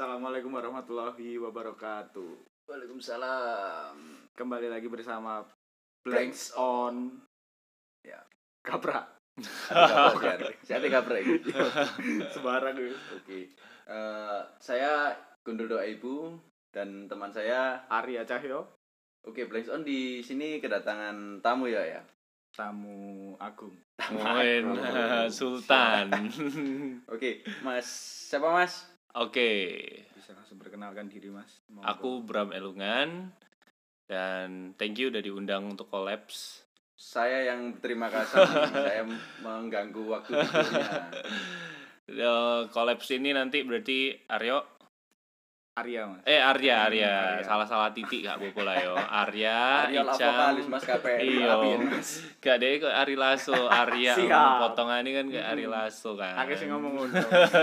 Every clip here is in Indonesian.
Assalamualaikum warahmatullahi wabarakatuh. Waalaikumsalam. Kembali lagi bersama Blanks on Ya. Kapra. Saya kaprek. Sembarang ya. Oke. Saya Gundul Doa Ibu dan teman saya Arya Cahyo, Oke, Blanks on di sini kedatangan tamu ya. tamu agung. Moin Sultan. Oke, Mas. Siapa Mas? Oke, Bisa langsung perkenalkan diri, Mas. Monggo. aku Bram Elungan dan thank you udah diundang untuk collabs. Saya yang terima kasih. Saya mengganggu waktu tidurnya. Collabs ini nanti berarti Aryo, Arya, Mas. Arya. Arya. Salah titik gak apa-apa lah yo. Arya, Ariel vokalis Icang. Mas KPN. Iya. Apien, Mas. Gak deh kok Ari Lasso, Arya Siap. potongan ini kan kayak Ari Lasso kan. Akeh sing ngomong ngono.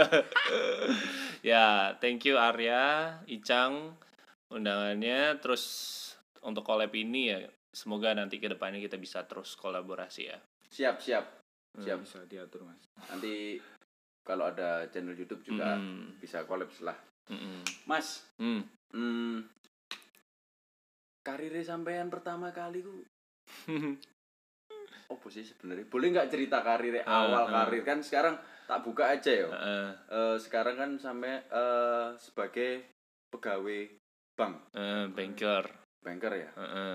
Ya, thank you Arya, Icang undangannya. Terus untuk collab ini ya, semoga nanti ke depannya kita bisa terus kolaborasi ya. Siap. Siap, bisa diatur, Mas. Nanti kalau ada channel YouTube juga bisa collab lah. Mas, karirnya sampean pertama kali ku apa sih sebenarnya? Boleh nggak cerita karirnya awal karir kan sekarang tak buka aja ya. Sekarang kan sampai sebagai pegawai bank, banker ya.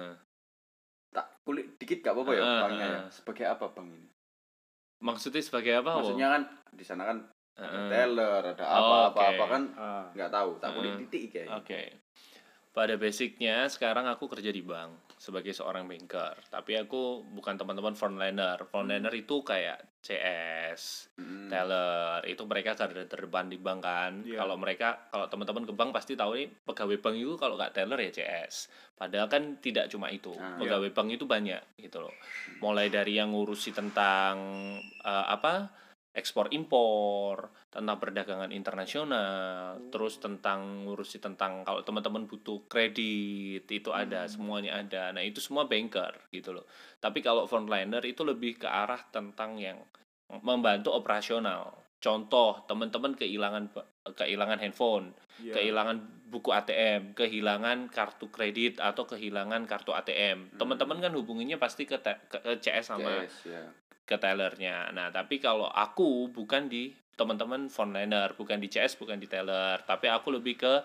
Tak kulik dikit gak apa-apa ya banknya ya. Sebagai apa bank ini? Maksudnya sebagai apa? Maksudnya kan di sana kan ada teller, ada apa-apa kan nggak tahu. Tak kulik titik kayak. Oke. Pada basicnya sekarang aku kerja di bank sebagai seorang banker. Tapi aku bukan teman-teman frontliner. Frontliner itu kayak CS, teller. Itu mereka garda terdepan di bank kan. Yeah. Kalau teman-teman ke bank pasti tahu nih pegawai bank itu kalau nggak teller ya CS. Padahal kan tidak cuma itu. Pegawai bank itu banyak gitu loh. Mulai dari yang ngurusi tentang ekspor impor, tentang perdagangan internasional, terus tentang ngurusi tentang kalau teman-teman butuh kredit itu ada, semuanya ada. Nah, itu semua banker gitu loh. Tapi kalau frontliner itu lebih ke arah tentang yang membantu operasional. Contoh, teman-teman kehilangan handphone, kehilangan buku ATM, kehilangan kartu kredit atau kehilangan kartu ATM. Teman-teman kan hubunginya pasti ke CS sama ke tellernya. Nah, tapi kalau aku bukan di teman-teman frontliner, bukan di CS, bukan di teller, tapi aku lebih ke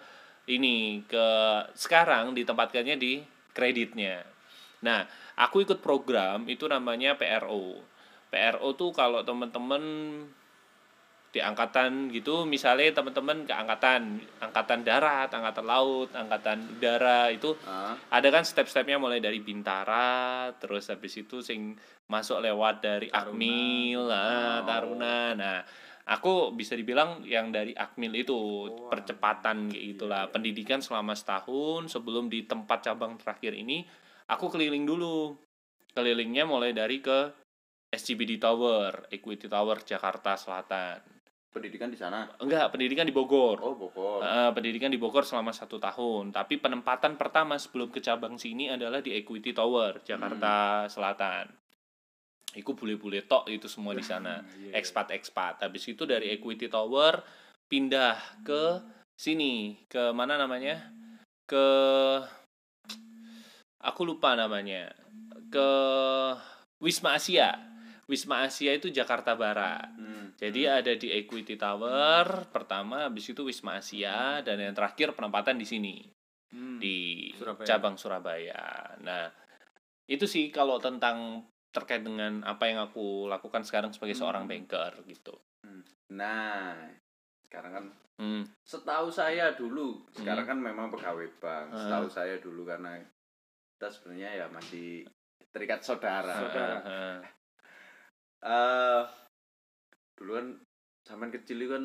sekarang ditempatkannya di kreditnya. Nah, aku ikut program itu namanya PRO. PRO tuh kalau teman-teman di angkatan gitu, misalnya teman-teman ke angkatan darat, angkatan laut, angkatan udara itu ada kan step-stepnya mulai dari Bintara, terus habis itu sing masuk lewat dari Akmil, Taruna. Nah, aku bisa dibilang yang dari Akmil itu percepatan kayak gitulah. Pendidikan selama setahun sebelum di tempat cabang terakhir ini aku keliling dulu. Kelilingnya mulai dari ke SCBD Tower, Equity Tower Jakarta Selatan. Pendidikan di sana? Enggak, pendidikan di Bogor. Oh, Bogor. Pendidikan di Bogor selama 1 tahun. Tapi penempatan pertama sebelum ke cabang sini adalah di Equity Tower Jakarta Selatan. Iku bule-bule tok itu semua di sana. Expat. Habis itu dari Equity Tower pindah ke sini, ke mana namanya? Aku lupa namanya. Ke Wisma Asia. Wisma Asia itu Jakarta Barat. Jadi ada di Equity Tower pertama, habis itu Wisma Asia, dan yang terakhir penempatan di sini di Surabaya. cabang Surabaya. Nah, itu sih kalau tentang terkait dengan apa yang aku lakukan sekarang sebagai seorang banker gitu. Nah, sekarang kan setahu saya dulu, sekarang kan memang pegawai bank. Setahu saya dulu karena kita sebenarnya ya masih terikat saudara. Dulu kan zaman kecil itu kan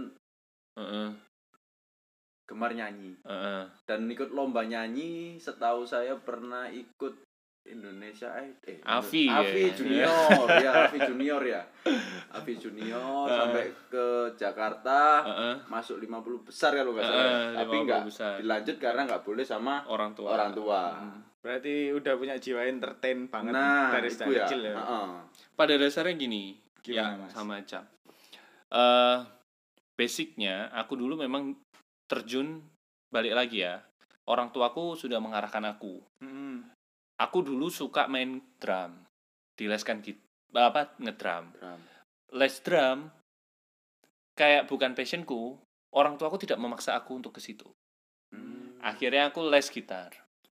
gemar nyanyi dan ikut lomba nyanyi. Setahu saya pernah ikut Indonesia Afi Junior ya Afi Junior sampai ke Jakarta, masuk 50 besar kalau nggak salah, tapi nggak dilanjut karena nggak boleh sama orang tua. Berarti udah punya jiwa entertain banget dari kecil ya. Pada dasarnya gini, gimana, Mas? sama aja. Basicnya aku dulu memang terjun, balik lagi ya. Orang tuaku sudah mengarahkan aku. Aku dulu suka main drum, dileskan ngedrum. Les drum kayak bukan passionku. Orang tuaku tidak memaksa aku untuk ke situ. Akhirnya aku les gitar.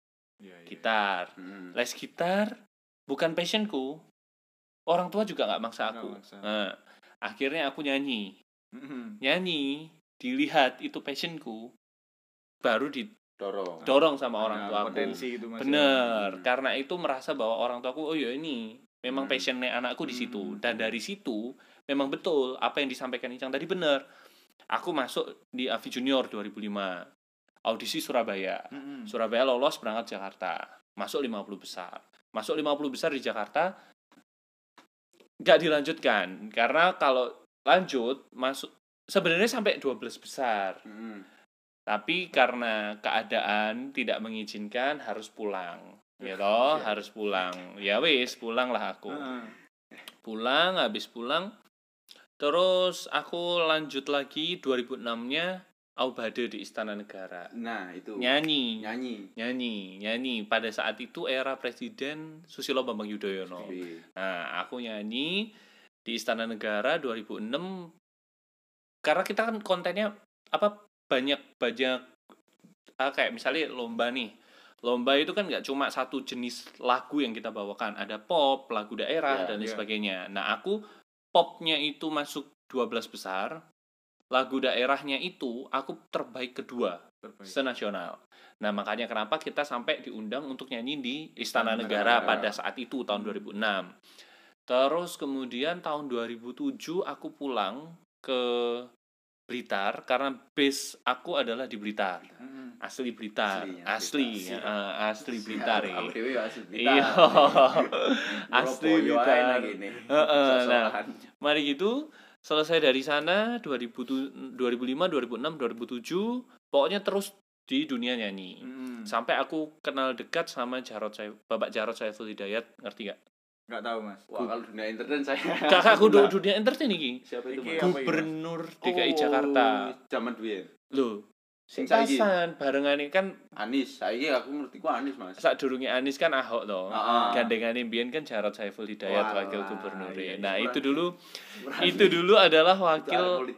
Gitar. Les gitar bukan passionku. Orang tua juga nggak maksa aku. Nah, akhirnya aku nyanyi. Nyanyi, dilihat itu passionku, baru didorong sama orang tua aku. Bener, karena itu merasa bahwa orang tua aku, oh ya ini memang passionnya anakku di situ. Dan dari situ memang betul apa yang disampaikan Icang tadi bener. Aku masuk di AVI Junior 2005, audisi Surabaya. Surabaya lolos, berangkat Jakarta, masuk 50 besar. Masuk 50 besar di Jakarta nggak dilanjutkan, karena kalau lanjut masuk sebenarnya sampai 12 besar. Tapi karena keadaan tidak mengizinkan, harus pulang. Ya toh, harus pulang. Ya wis, pulang lah aku. Pulang, habis pulang terus aku lanjut lagi 2006-nya Aubade di Istana Negara. Nah, itu. Nyanyi. Pada saat itu era Presiden Susilo Bambang Yudhoyono. Nah, aku nyanyi di Istana Negara 2006. Karena kita kan kontennya banyak kayak misalnya lomba nih. Lomba itu kan nggak cuma satu jenis lagu yang kita bawakan, ada pop, lagu daerah dan lain sebagainya. Nah, aku popnya itu masuk 12 besar, lagu daerahnya itu aku terbaik kedua senasional. Nah, makanya kenapa kita sampai diundang untuk nyanyi di Istana Negara pada saat itu tahun 2006. Terus kemudian tahun 2007 aku pulang ke Blitar karena base aku adalah di Blitar. Asli Blitar. Asli Blitar ya. Iya. Asli Blitar. Nah, mari gitu selesai dari sana 2005, 2006, 2007 pokoknya terus di dunia nyanyi. Sampai aku kenal dekat sama Bapak Jarod Saiful Hidayat, ngerti gak? Nggak tahu, Mas. Wah, kalau dunia entertain saya. Kakakku dunia entertain iki. Siapa itu, Mas? Gubernur DKI Jakarta. Zaman duwe. Lho, sing pasan barengane kan Anies. Saiki aku ngerti ku Anies, Mas. Sadurunge Anies kan Ahok to. Gandengane mbiyen kan Jarod Saiful Hidayat wakil gubernur. Nah, itu dulu adalah wakil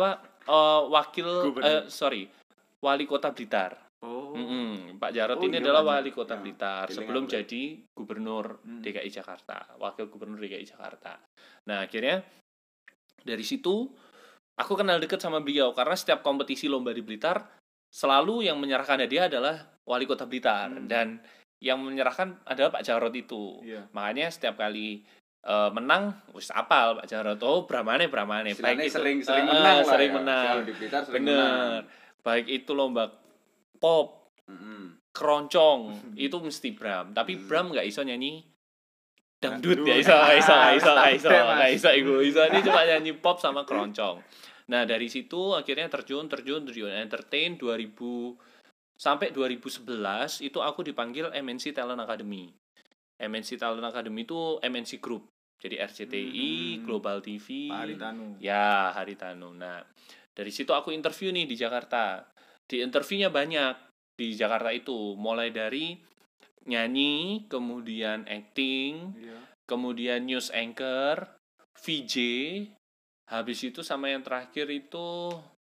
wali kota Blitar. Pak Jarod ini adalah wali kota Blitar sebelum jadi gubernur DKI Jakarta, wakil gubernur DKI Jakarta. Nah, akhirnya dari situ aku kenal dekat sama beliau karena setiap kompetisi lomba di Blitar selalu yang menyerahkan hadiah adalah wali kota Blitar dan yang menyerahkan adalah Pak Jarod itu. Makanya setiap kali menang wis apal Pak Jarod. Oh, bramane. Baik itu sering menang. Sering menang. Di Blitar sering menang. Baik itu lomba pop, keroncong, itu mesti Bram. Tapi Bram nggak iso nyanyi dangdut ya, nggak iso ini cuma nyanyi pop sama keroncong. Nah, dari situ akhirnya terjun entertain 2000 sampai 2011 itu aku dipanggil MNC Talent Academy. MNC Talent Academy itu MNC Group. Jadi RCTI, Global TV, Haritanu. Nah, dari situ aku interview nih di Jakarta. Di interviewnya banyak di Jakarta itu, mulai dari nyanyi, kemudian acting, kemudian news anchor, VJ, habis itu sama yang terakhir itu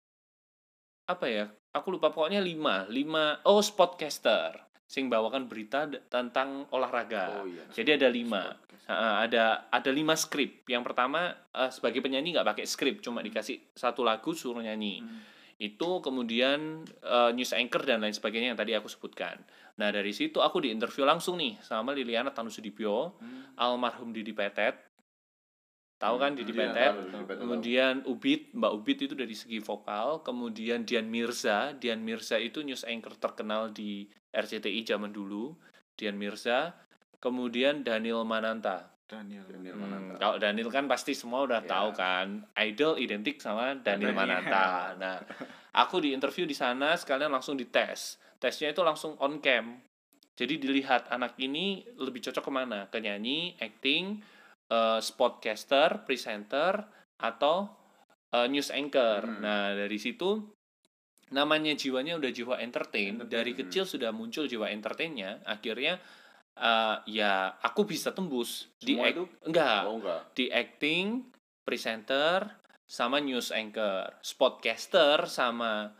apa ya? Aku lupa, pokoknya 5 sportcaster sing bawakan berita tentang olahraga. Jadi ada 5. Ada 5 skrip. Yang pertama sebagai penyanyi nggak pakai skrip, cuma dikasih satu lagu suruh nyanyi. Itu kemudian news anchor dan lain sebagainya yang tadi aku sebutkan. Nah, dari situ aku diinterview langsung nih sama Liliana Tanusudibyo, almarhum Didi Petet. Tahu kan Didi Petet? Kemudian Mbak Ubit itu dari segi vokal, kemudian Dian Mirza itu news anchor terkenal di RCTI zaman dulu, Dian Mirza, kemudian Daniel Mananta. Kalau Daniel kan pasti semua udah tahu kan, idol identik sama Daniel Mananta. Nah, aku diinterview di sana sekalian langsung dites. Tesnya itu langsung on cam. Jadi dilihat anak ini lebih cocok kemana, ke nyanyi, acting, sportcaster, presenter, atau news anchor. Nah, dari situ namanya jiwanya udah jiwa entertain, dari kecil sudah muncul jiwa entertainnya, akhirnya ya aku bisa tembus semua di itu? enggak. Enggak. Di acting, presenter, sama news anchor, sportcaster, sama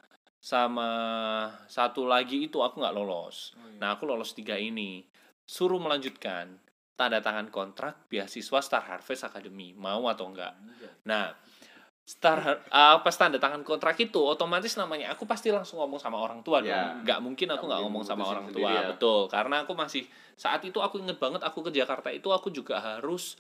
satu lagi itu aku nggak lolos. Nah, aku lolos 3 ini. Suruh melanjutkan, tanda tangan kontrak beasiswa Star Harvest Academy, mau atau enggak. Nah, pas tanda tangan kontrak itu otomatis namanya aku pasti langsung ngomong sama orang tua dong. Ya. Nggak mungkin aku nggak ngomong sama orang tua. Sendiri, ya. Betul, karena aku masih saat itu aku inget banget aku ke Jakarta itu aku juga harus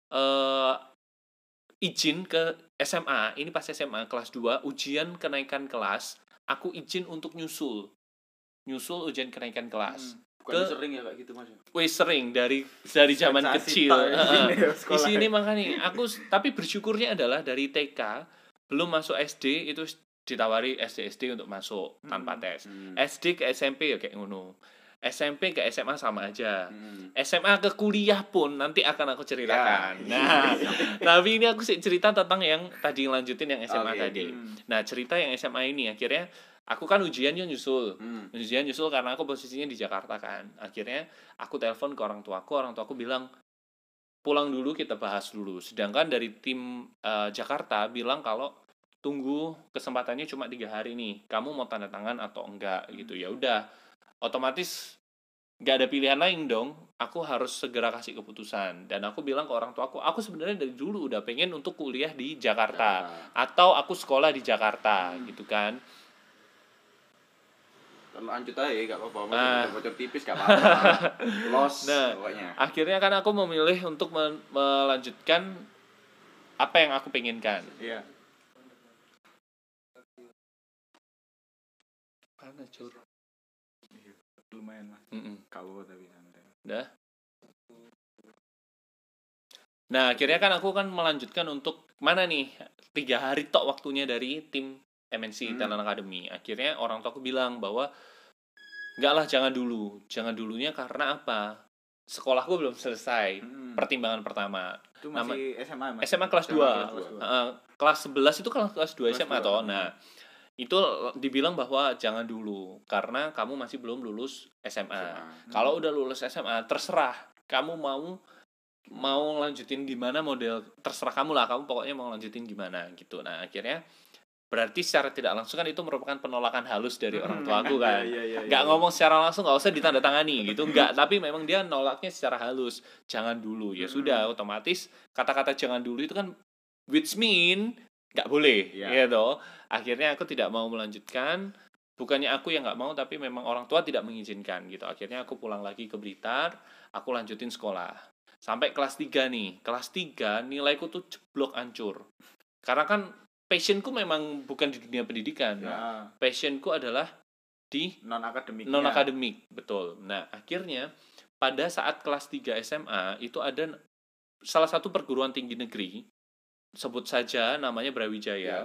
izin ke SMA. Ini pas SMA kelas 2 ujian kenaikan kelas, aku izin untuk nyusul ujian kenaikan kelas. Bukan sering ya kayak gitu Mas? Wih, sering dari zaman Sensasi kecil. sekolah. Di sini makanya aku tapi bersyukurnya adalah dari TK belum masuk SD itu ditawari SD untuk masuk tanpa tes. SD ke SMP ya kayak ngono. SMP ke SMA sama aja. SMA ke kuliah pun nanti akan aku ceritakan. Nah, tapi ini aku cerita tentang yang tadi lanjutin yang SMA tadi. Nah, cerita yang SMA ini akhirnya aku kan ujiannya nyusul. Ujian nyusul karena aku posisinya di Jakarta kan. Akhirnya aku telepon ke orang tuaku bilang pulang dulu kita bahas dulu. Sedangkan dari tim Jakarta bilang kalau tunggu kesempatannya cuma 3 hari nih. Kamu mau tanda tangan atau enggak gitu. Ya udah. Otomatis nggak ada pilihan lain dong, aku harus segera kasih keputusan. Dan aku bilang ke orang tua aku sebenarnya dari dulu udah pengen untuk kuliah di Jakarta atau aku sekolah di Jakarta gitu kan. Lanjut aja gak apa-apa, bocor tipis gak apa-apa. Los pokoknya. Akhirnya kan aku memilih untuk melanjutkan apa yang aku penginkan. Iya. Panas cur. Lumayan Mas. Kau tapi santai. Udah. Nah, akhirnya kan aku melanjutkan untuk mana nih? 3 hari tok waktunya dari tim MNC Talent Academy. Akhirnya orang tua aku bilang bahwa enggak lah, jangan dulu. Jangan dulunya karena apa? Sekolahku belum selesai. Pertimbangan pertama. Itu masih SMA Mas. SMA kelas 2. Kelas 11 itu kelas 2 SMA toh. Nah, itu dibilang bahwa jangan dulu karena kamu masih belum lulus SMA. Kalau udah lulus SMA terserah kamu mau lanjutin gimana, model terserah kamu lah, kamu pokoknya mau lanjutin gimana gitu. Nah, akhirnya berarti secara tidak langsung kan itu merupakan penolakan halus dari orang tua aku kan. Nggak ngomong secara langsung, nggak usah ditandatangani gitu, nggak, tapi memang dia nolaknya secara halus, jangan dulu. Ya sudah, otomatis kata-kata jangan dulu itu kan which mean nggak boleh, gitu. Akhirnya aku tidak mau melanjutkan. Bukannya aku yang nggak mau, tapi memang orang tua tidak mengizinkan gitu. Akhirnya aku pulang lagi ke Blitar, aku lanjutin sekolah. Sampai kelas 3 nih. Kelas 3 nilaiku tuh jeblok hancur. Karena kan passionku memang bukan di dunia pendidikan. Passionku adalah di non-akademik. Betul. Nah, akhirnya pada saat kelas 3 SMA itu ada salah satu perguruan tinggi negeri, sebut saja namanya Brawijaya.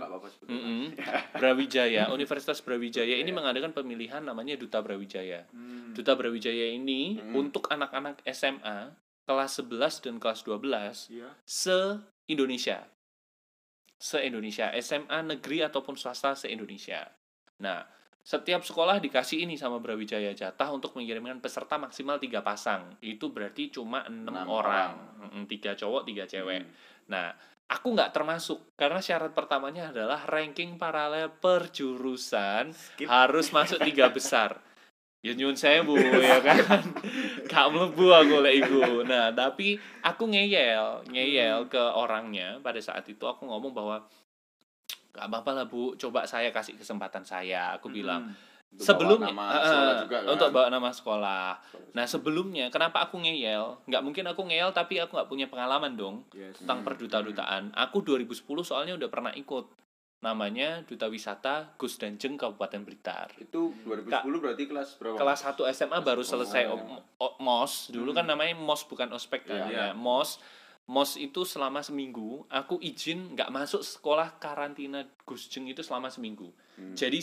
Brawijaya, Universitas Brawijaya ini mengadakan pemilihan namanya Duta Brawijaya. Duta Brawijaya ini untuk anak-anak SMA kelas 11 dan kelas 12 se-Indonesia. Se-Indonesia, SMA negeri ataupun swasta se-Indonesia. Nah, setiap sekolah dikasih ini sama Brawijaya jatah untuk mengirimkan peserta maksimal 3 pasang. Itu berarti cuma 6 orang. 3 cowok, 3 cewek. Nah, aku nggak termasuk, karena syarat pertamanya adalah ranking paralel per jurusan harus masuk 3 besar. Ya nyun saya bu, ya kan, gak melebu aku oleh ibu. Nah, tapi aku ngeyel ke orangnya. Pada saat itu aku ngomong bahwa gak apa-apa lah bu, coba saya kasih kesempatan saya. Aku bilang sebelumnya untuk bawa nama sekolah. Nah, sebelumnya kenapa aku ngeyel? Nggak mungkin aku ngeyel tapi aku nggak punya pengalaman dong tentang perduta-dutaan. Aku 2010 soalnya udah pernah ikut namanya Duta Wisata Gus Danjeng Kabupaten Blitar. Itu 2010 berarti kelas berapa? Kelas 1 SMA baru selesai MOS. Dulu kan namanya MOS bukan ospek kan. Ya, MOS itu selama seminggu. Aku izin nggak masuk sekolah karantina Gus Jeng itu selama seminggu. Jadi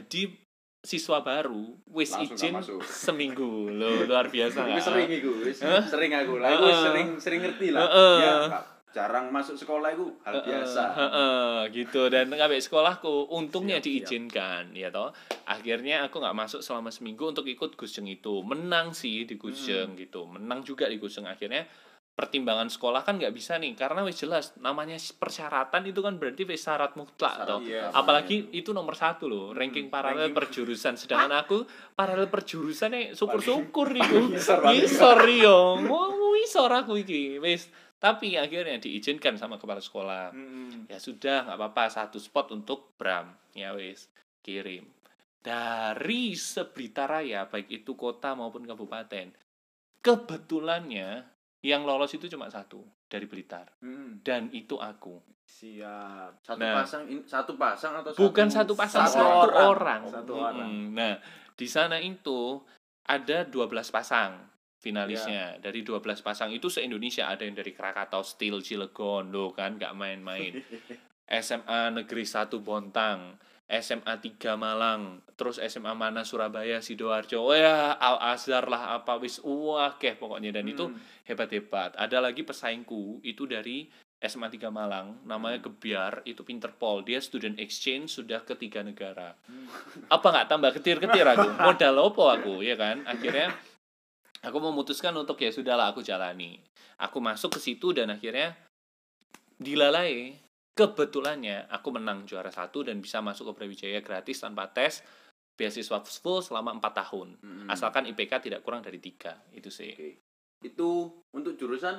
siswa baru wis izin seminggu loh, luar biasa. Sering iku, sering aku lah. Aku sering ngerti lah. Ya, jarang masuk sekolah itu hal biasa. Gitu. Dan sampai sekolahku untungnya diizinkan ya toh. Akhirnya aku nggak masuk selama seminggu untuk ikut Gusjeng itu. Menang sih di Gusjeng gitu. Menang juga di Gusjeng. Akhirnya pertimbangan sekolah kan nggak bisa nih, karena wis jelas namanya persyaratan itu kan berarti wis syarat mutlak toh. Apalagi itu nomor 1 loh, ranking paralel perjurusan. Sedangkan aku paralel perjurusan syukur-syukur iku ngisor yo. Ngisor aku iki wis. Tapi akhirnya diizinkan sama kepala sekolah. Ya sudah, nggak apa-apa, 1 spot untuk Bram. Ya wis, kirim. Dari Seblita Raya, baik itu kota maupun kabupaten. Kebetulannya yang lolos itu cuma 1 dari Blitar. Dan itu aku. Siap. Satu pasang atau bukan satu pasang, satu orang. Nah, di sana itu ada 12 pasang finalisnya. Dari 12 pasang itu se-Indonesia, ada yang dari Krakatau Steel Cilegon loh kan, nggak main-main. SMA Negeri 1 Bontang, SMA 3 Malang, terus SMA mana Surabaya, Sidoarjo, Al Azhar lah apa wis pokoknya, dan itu hebat-hebat. Ada lagi pesaingku itu dari SMA 3 Malang, namanya Gebiar, itu Pinterpol, dia student exchange sudah ke 3 negara. Apa nggak tambah ketir-ketir aku? Modal opo aku, ya kan? Akhirnya aku memutuskan untuk ya sudahlah aku jalani. Aku masuk ke situ dan akhirnya dilalai. Kebetulannya aku menang juara 1 dan bisa masuk ke Brawijaya gratis tanpa tes, beasiswa full selama 4 tahun. Asalkan IPK tidak kurang dari 3, itu sih. Itu untuk jurusan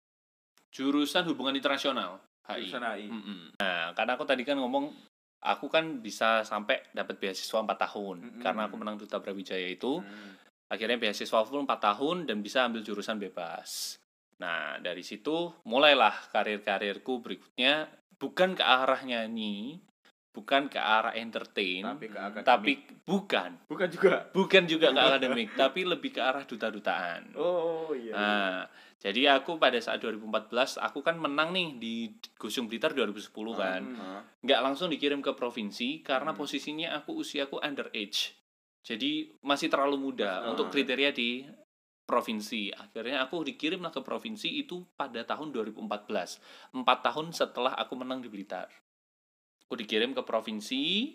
hubungan internasional, HI. Nah, karena aku tadi kan ngomong aku kan bisa sampai dapat beasiswa 4 tahun karena aku menang Duta Brawijaya itu. Akhirnya beasiswa full 4 tahun dan bisa ambil jurusan bebas. Nah, dari situ mulailah karir-karirku berikutnya. Bukan ke arah nyanyi, bukan ke arah entertain, tapi bukan juga ke akademik, tapi lebih ke arah duta-dutaan. Nah, jadi aku pada saat 2014 aku kan menang nih di Gusjeng Blitar 2010 kan. Nggak langsung dikirim ke provinsi karena posisinya usiaku underage. Jadi masih terlalu muda untuk kriteria di provinsi. Akhirnya aku dikirimlah ke provinsi itu pada tahun 2014. 4 tahun setelah aku menang di Blitar. Aku dikirim ke provinsi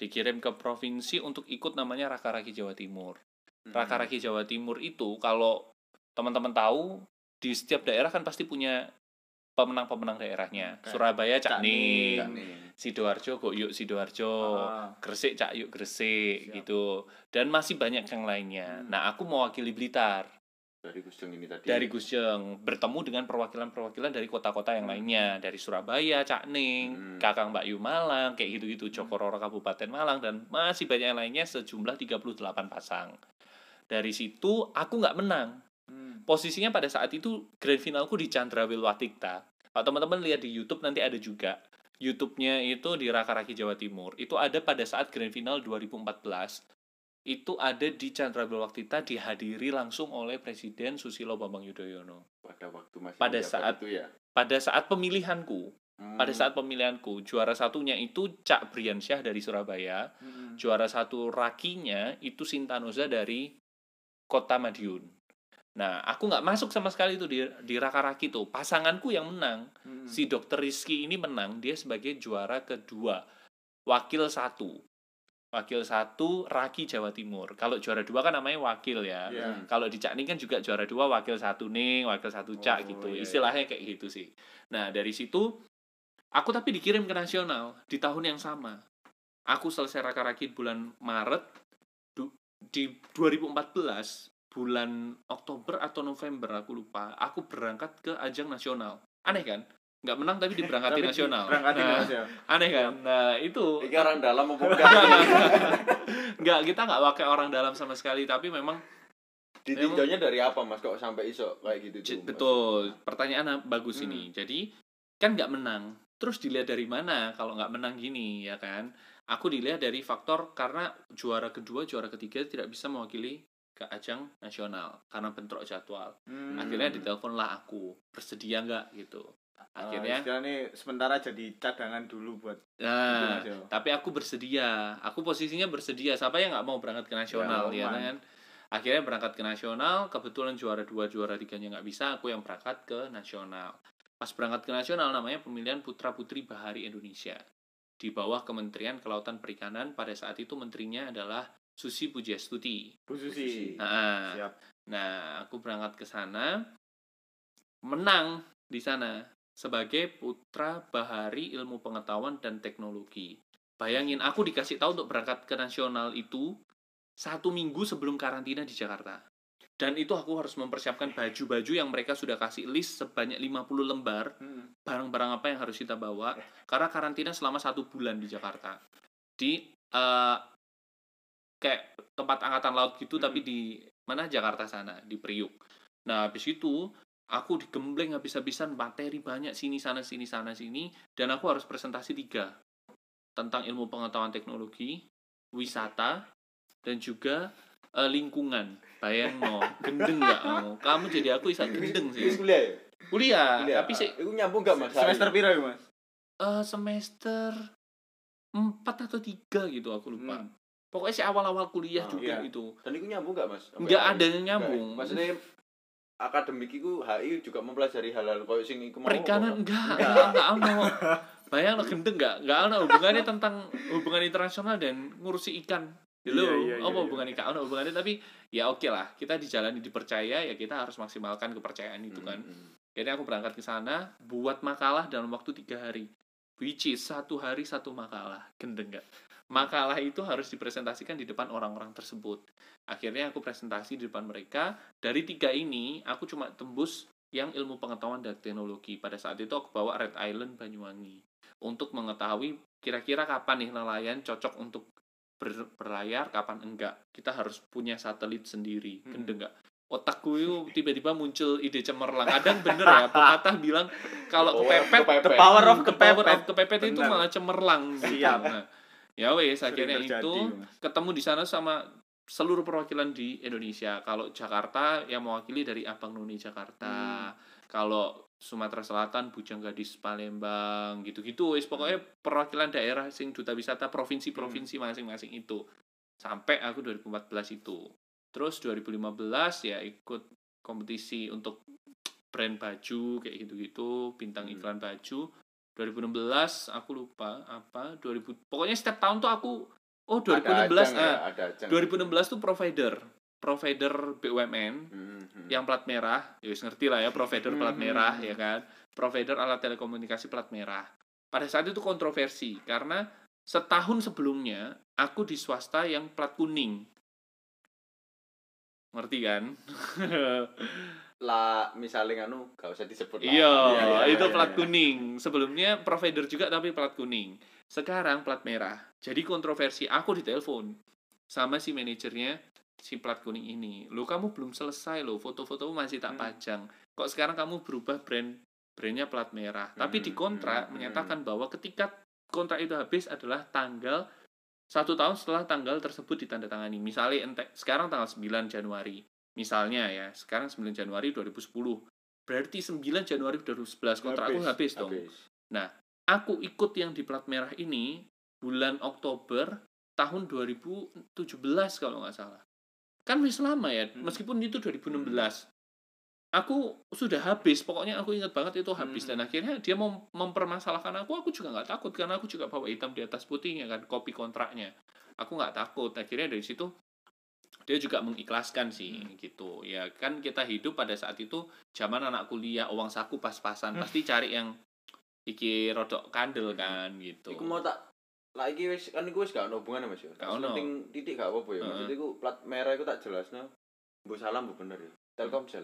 untuk ikut namanya Raka-Raki Jawa Timur. Raka-Raki Jawa Timur itu kalau teman-teman tahu, di setiap daerah kan pasti punya pemenang-pemenang daerahnya. Surabaya Cak Ning, Sidoarjo Goyuk Sidoarjo, Gresik Cak Yuk Gresik gitu. Dan masih banyak yang lainnya. Nah, aku mewakili Blitar. Dari Gusjeng ini tadi. Dari Gusjeng bertemu dengan perwakilan-perwakilan dari kota-kota yang lainnya, dari Surabaya, Cak Ning, Kakang Mbak Yu Malang, kayak gitu-gitu, Jokororo Kabupaten Malang, dan masih banyak yang lainnya sejumlah 38 pasang. Dari situ aku nggak menang. Posisinya pada saat itu grand finalku di Chandra Wilwatikta. Kalau teman-teman lihat di YouTube nanti ada juga. YouTube-nya itu di Raka-Raki Jawa Timur. Itu ada pada saat grand final 2014. Itu ada di Chandra Wilwatikta, dihadiri langsung oleh Presiden Susilo Bambang Yudhoyono. Pada saat pemilihanku. Pada saat pemilihanku, juara satunya itu Cak Briansyah dari Surabaya. Juara 1 rakinya itu Sintanoza dari Kota Madiun. Nah, aku nggak masuk sama sekali itu di Raka-Raki tuh. Pasanganku yang menang. Si Dr. Rizky ini menang, dia sebagai juara kedua. Wakil 1 Raki Jawa Timur. Kalau juara 2 kan namanya wakil ya. Kalau di Cak Ning kan juga juara 2 wakil 1 Ning, wakil 1 Cak gitu. Istilahnya kayak gitu sih. Nah, dari situ aku tapi dikirim ke nasional di tahun yang sama. Aku selesai Raka-Raki bulan Maret di 2014, bulan Oktober atau November aku lupa. Aku berangkat ke ajang nasional. Aneh kan? Nggak menang tapi diberangkatin nasional. Aneh kan? Nah, itu ini orang dalam mau bukan? Nggak, kita nggak pakai orang dalam sama sekali, tapi memang ditinjaunya dari apa, Mas, kok sampai iso kayak gitu tuh? Betul, pertanyaan bagus ini. Jadi, kan nggak menang. Terus dilihat dari mana kalau nggak menang gini, ya kan? Aku dilihat dari faktor karena juara kedua, juara ketiga tidak bisa mewakili ke ajang nasional karena bentrok jadwal. Akhirnya diteleponlah aku, bersedia nggak gitu. Akhirnya nih sementara jadi cadangan dulu buat tapi aku bersedia, aku posisinya bersedia. Siapa yang nggak mau berangkat ke nasional ya kan? Akhirnya berangkat ke nasional, kebetulan juara 2, juara 3-nya nggak bisa, aku yang berangkat ke nasional. Pas berangkat ke nasional namanya pemilihan Putra Putri Bahari Indonesia di bawah Kementerian Kelautan Perikanan. Pada saat itu menterinya adalah Susi Pujiastuti. Susi. Siap. Nah, aku berangkat ke sana, menang di sana sebagai Putra Bahari Ilmu Pengetahuan dan Teknologi. Bayangin, aku dikasih tahu untuk berangkat ke nasional itu 1 minggu sebelum karantina di Jakarta. Dan itu aku harus mempersiapkan baju-baju yang mereka sudah kasih list sebanyak 50 lembar. Barang-barang apa yang harus kita bawa. Karena karantina selama 1 bulan di Jakarta. Di kayak tempat angkatan laut gitu, tapi di mana, Jakarta sana, di Priuk. Nah, habis itu aku digembleng habis-habisan, materi banyak, sini sana sini, dan aku harus presentasi 3 tentang ilmu pengetahuan teknologi, wisata, dan juga lingkungan. Bayang no, gendeng nggak kamu jadi aku isa gendeng sih. Kuliah ya? Kuliah. Tapi sih itu nyambung nggak Mas? Semester piro ya, Mas? Semester 4 atau 3 gitu, aku lupa. Pokoknya sih awal-awal kuliah juga itu. Dan itu nyambung nggak Mas? Nggak ada yang nyambung. Maksudnya akademik itu HI juga mempelajari hal-hal kayak sing iku mau. Perikanan enggak ono. Bayang lo gendeng enggak ono hubungannya tentang hubungan internasional dan ngurusi ikan. Hubungan ikan ono hubungannya, tapi ya oke lah, kita dijalani, dipercaya, ya kita harus maksimalkan kepercayaan itu kan. Jadi aku berangkat ke sana buat makalah dalam waktu 3 hari. Which is 1 hari 1 makalah. Gendeng enggak? Makalah itu harus dipresentasikan di depan orang-orang tersebut. Akhirnya aku presentasi di depan mereka. Dari 3 ini, aku cuma tembus yang ilmu pengetahuan dan teknologi. Pada saat itu aku bawa Red Island Banyuwangi. Untuk mengetahui kira-kira kapan nih nelayan cocok untuk berlayar, kapan enggak. Kita harus punya satelit sendiri. Gendeng enggak? Otakku itu tiba-tiba muncul ide cemerlang. Kadang bener ya, pepatah bilang kalau kepepet, the power of kepepet itu malah cemerlang. Siap. Nah, ya wes, akhirnya itu ketemu di sana sama seluruh perwakilan di Indonesia. Kalau Jakarta yang mewakili dari Abang None Jakarta. Kalau Sumatera Selatan Bujang Gadis Palembang, gitu-gitu wes, pokoknya perwakilan daerah sing duta wisata provinsi-provinsi masing-masing itu. Sampai aku 2014 itu. Terus 2015 ya ikut kompetisi untuk brand baju kayak gitu-gitu, bintang iklan baju. 2016 aku lupa apa, pokoknya setiap tahun tuh aku 2016 2016 tuh provider BUMN yang plat merah, ya wis ngerti lah ya, provider plat merah ya kan, provider alat telekomunikasi plat merah. Pada saat itu kontroversi karena setahun sebelumnya aku di swasta yang plat kuning. Ngerti kan? Lah misalnya gak usah disebut lah. Iya, itu plat kuning. Sebelumnya provider juga tapi plat kuning. Sekarang plat merah. Jadi kontroversi, aku ditelepon sama si manajernya si plat kuning ini. Lo kamu belum selesai lo, foto-fotomu masih tak pajang. Kok sekarang kamu berubah brandnya plat merah? Tapi di kontrak menyatakan bahwa ketika kontrak itu habis adalah tanggal 1 tahun setelah tanggal tersebut ditandatangani. Misalnya sekarang tanggal 9 Januari. Misalnya ya, sekarang 9 Januari 2010. Berarti 9 Januari 2011 kontrakku habis dong. Nah, aku ikut yang di plat merah ini bulan Oktober tahun 2017 kalau nggak salah. Kan wis lama ya, meskipun itu 2016. Aku sudah habis, pokoknya aku ingat banget itu habis. Dan akhirnya dia mau mempermasalahkan aku juga nggak takut, karena aku juga bawa hitam di atas putihnya kan, kopi kontraknya. Aku nggak takut. Akhirnya dari situ dia juga mengikhlaskan sih gitu. Ya kan kita hidup pada saat itu zaman anak kuliah, uang saku pas-pasan, pasti cari yang iki rodok kandel kan gitu. Iku mau tak lagi wis kan iku wis gak ono hubungan Mas yo. Penting titik gak apa-apa ya. Maksudnya iku plat merah iku tak jelasno. Mbok salah mbok bener ya. Telkomsel.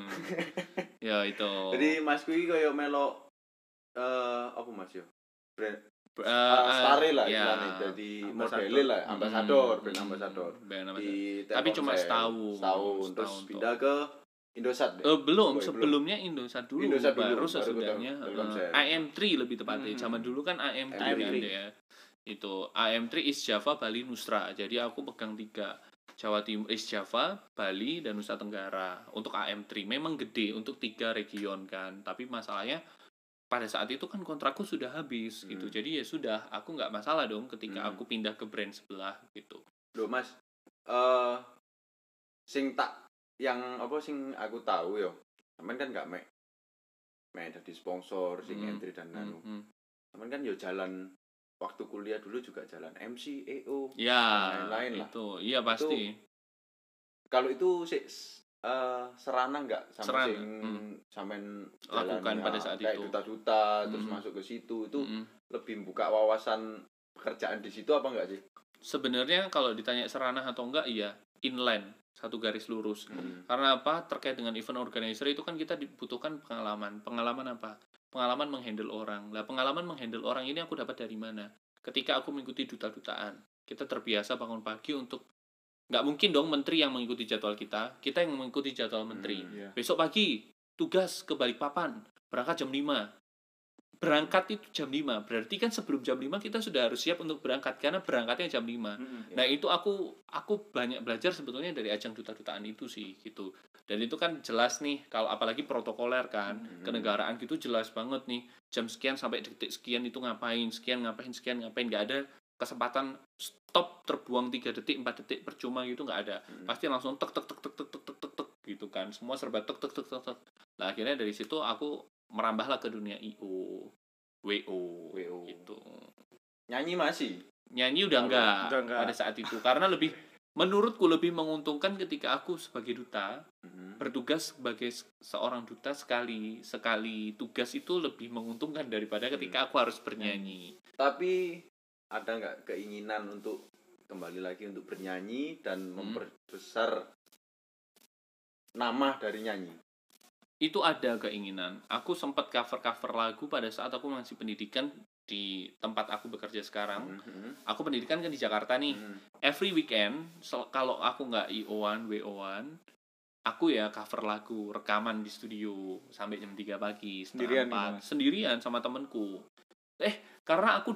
Ya itu. Jadi Mas kuwi koyo melo apa Mas yo? Brand Stare lah istilahnya, jadi model lah, ambasador, brand ambasador. Tapi cuma setahun, terus pindah ke Indosat. Belum, sebelumnya Indosat dulu, baru sesudahnya AM3 lebih tepatnya. Zaman dulu kan AM3 kan ya. Itu AM3 East Java, Bali, Nusra. Jadi aku pegang 3. Jawa Timur, East Java, Bali, dan Nusa Tenggara. Untuk AM3 memang gede untuk 3 region kan. Tapi masalahnya pada saat itu kan kontrakku sudah habis gitu. Jadi ya sudah, aku nggak masalah dong ketika aku pindah ke brand sebelah gitu. Loh Mas, sing aku tahu yo. Sampeyan kan nggak main dadi sponsor sing entry dan anu. Cuman kan yo jalan waktu kuliah dulu juga jalan MC, EO, ya lain-lain lah. itu iya pasti Itu, kalau itu serana enggak sama Serana. sing sampean jalan Lakukan pada saat kayak itu. duta-duta terus masuk ke situ itu lebih buka wawasan pekerjaan di situ apa enggak sih? Sebenarnya kalau ditanya serana atau enggak, iya inline, satu garis lurus. Karena apa? Terkait dengan event organizer itu kan kita dibutuhkan pengalaman. Pengalaman apa? Pengalaman menghandle orang. Lah pengalaman menghandle orang ini aku dapat dari mana? Ketika aku mengikuti duta-dutaan. Kita terbiasa bangun pagi untuk, nggak mungkin dong menteri yang mengikuti jadwal kita yang mengikuti jadwal menteri. Besok pagi tugas ke Balikpapan, berangkat jam 5. Berangkat itu jam 5, berarti kan sebelum jam 5 kita sudah harus siap untuk berangkat, karena berangkatnya jam 5. Nah itu aku banyak belajar sebetulnya dari ajang duta-dutaan itu sih gitu. Dan itu kan jelas nih, kalau apalagi protokoler kan, kenegaraan gitu jelas banget nih, jam sekian sampai detik sekian itu ngapain, sekian ngapain, nggak ada kesempatan stop terbuang 3 detik 4 detik percuma gitu, nggak ada. Pasti langsung tek tek tek tek tek tek tek tek gitu kan, semua serba tek tek tek tek tek. Nah akhirnya dari situ aku merambahlah ke dunia IO, WO gitu. Nyanyi masih? Nyanyi udah enggak pada saat itu, karena menurutku lebih menguntungkan ketika aku sebagai duta bertugas sebagai seorang duta sekali tugas itu lebih menguntungkan daripada ketika aku harus bernyanyi. Tapi ada nggak keinginan untuk kembali lagi untuk bernyanyi dan memperbesar nama dari nyanyi? Itu ada keinginan. Aku sempat cover lagu pada saat aku masih pendidikan di tempat aku bekerja sekarang. Aku pendidikan kan di Jakarta nih. Every weekend, kalau aku nggak IO1, WO1, aku ya cover lagu, rekaman di studio sampai jam 3 pagi, sendirian 4, sendirian sama temenku. Karena aku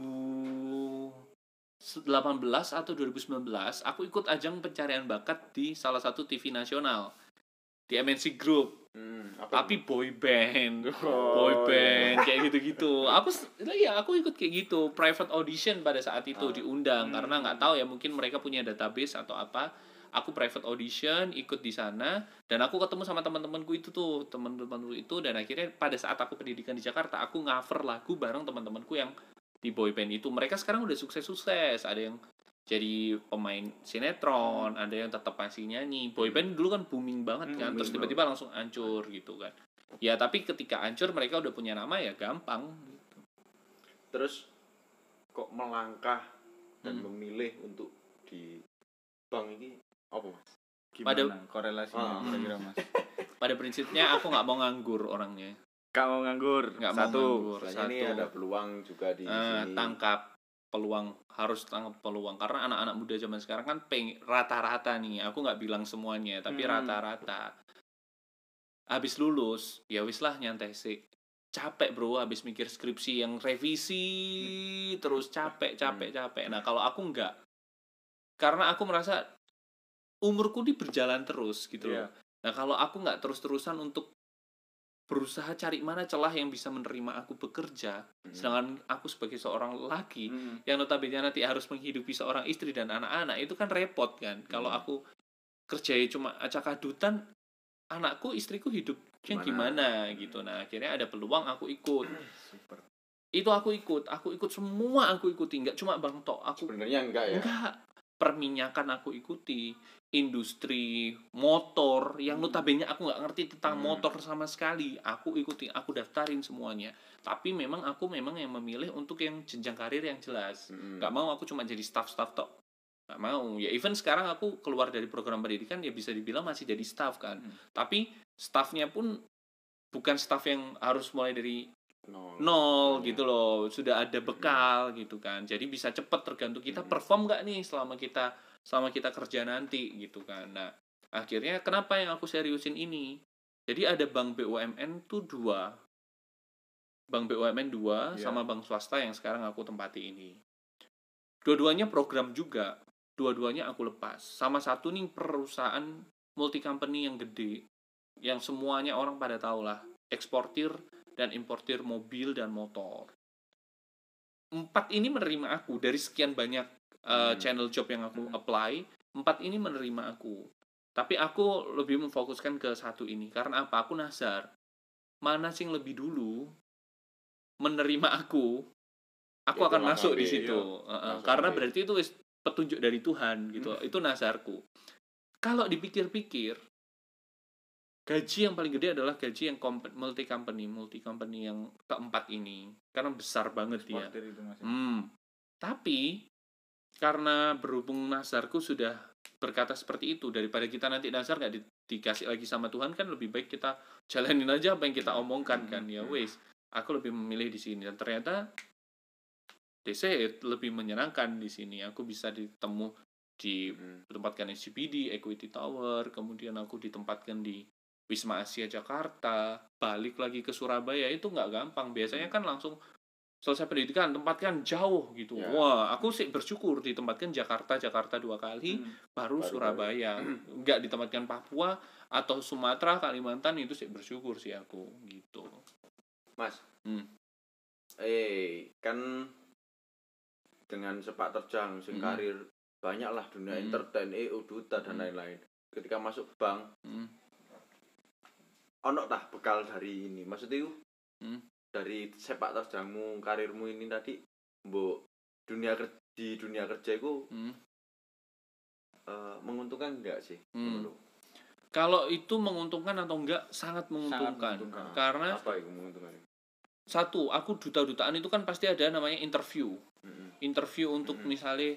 2018 atau 2019, aku ikut ajang pencarian bakat di salah satu TV nasional, di MNC Group. Tapi boy band kayak gitu-gitu. Aku ikut kayak gitu, private audition pada saat itu diundang karena nggak tahu ya, mungkin mereka punya database atau apa. Aku private audition, ikut di sana, dan aku ketemu sama teman-temanku itu dan akhirnya pada saat aku pendidikan di Jakarta, aku cover lagu bareng teman-temanku yang di boy band itu. Mereka sekarang udah sukses, ada yang jadi pemain sinetron, ada yang tetap masih nyanyi. Boyband dulu kan booming banget kan, terus tiba-tiba langsung hancur gitu kan. Ya tapi ketika hancur mereka udah punya nama ya gampang gitu. Terus kok melangkah dan memilih untuk di bank ini apa Mas? Gimana korelasinya kira-kira Mas? Pada prinsipnya aku nggak mau nganggur orangnya. Nggak mau nganggur. Satu. Ini ada peluang juga di sini. Harus tangkap peluang, karena anak-anak muda zaman sekarang kan rata-rata nih, aku nggak bilang semuanya tapi rata-rata habis lulus ya wis lah nyantai sih, capek bro, habis mikir skripsi yang revisi terus capek. Nah kalau aku nggak, karena aku merasa umurku ini berjalan terus gitu loh. Nah kalau aku nggak terus-terusan untuk berusaha cari mana celah yang bisa menerima aku bekerja, sedangkan aku sebagai seorang lelaki yang notabene nanti harus menghidupi seorang istri dan anak-anak, itu kan repot kan. Kalau aku kerjanya cuma acak-adutan, anakku, istriku hidupnya gimana gitu. Nah akhirnya ada peluang aku ikut. Itu aku ikut semua, aku ikuti, nggak cuma Bang Tok. Aku sebenarnya enggak ya. Enggak. Perminyakan aku ikuti, industri motor yang notabene aku nggak ngerti tentang motor sama sekali, aku ikuti, aku daftarin semuanya. Tapi memang aku yang memilih untuk yang jenjang karir yang jelas. Nggak mau aku cuma jadi staff tok. Nggak mau. Ya even sekarang aku keluar dari program pendidikan ya bisa dibilang masih jadi staff kan. Tapi staffnya pun bukan staff yang harus mulai dari nol gitu loh, sudah ada bekal gitu kan, jadi bisa cepat, tergantung kita perform nggak nih selama kita kerja nanti gitu kan. Nah akhirnya kenapa yang aku seriusin ini, jadi ada bank BUMN tuh bank BUMN 2 sama bank swasta yang sekarang aku tempati ini, dua-duanya program juga, dua-duanya aku lepas. Sama satu nih perusahaan multi company yang gede, yang semuanya orang pada tahu lah, eksportir dan importir mobil dan motor. 4 ini menerima aku dari sekian banyak channel job yang aku apply. 4 ini menerima aku. Tapi aku lebih memfokuskan ke satu ini. Karena apa? Aku nazar. mana sing lebih dulu menerima aku akan masuk di situ. Karena berarti itu petunjuk dari Tuhan gitu. Itu nazarku. Kalau dipikir-pikir, gaji yang paling gede adalah gaji yang multi company yang keempat ini, karena besar banget dia. Tapi karena berhubung nazarku sudah berkata seperti itu, daripada kita nanti nazar nggak dikasih lagi sama Tuhan, kan lebih baik kita jalanin aja apa yang kita omongkan kan. Ya wes, aku lebih memilih di sini, dan ternyata DC lebih menyenangkan di sini. Aku bisa ditempatkan di CBD, Equity Tower, kemudian aku ditempatkan di Wisma Asia Jakarta, balik lagi ke Surabaya itu nggak gampang. Biasanya kan langsung selesai pendidikan tempatkan jauh gitu. Wah, aku sih bersyukur ditempatkan Jakarta 2 kali, baru Surabaya. Nggak ditempatkan Papua atau Sumatera, Kalimantan, itu sih bersyukur sih aku gitu. Mas, kan dengan sepak terjang sing karir banyak lah, dunia entertain, duta dan lain-lain. Ketika masuk bank, ono tah bekal dari ini, maksudnya itu dari sepak terjangmu, karirmu ini tadi, mbok di dunia kerja itu menguntungkan enggak sih? Kalau itu menguntungkan atau enggak, sangat menguntungkan. Karena apa itu menguntungkan? Satu, aku duta-dutaan itu kan pasti ada namanya interview. Interview untuk misalnya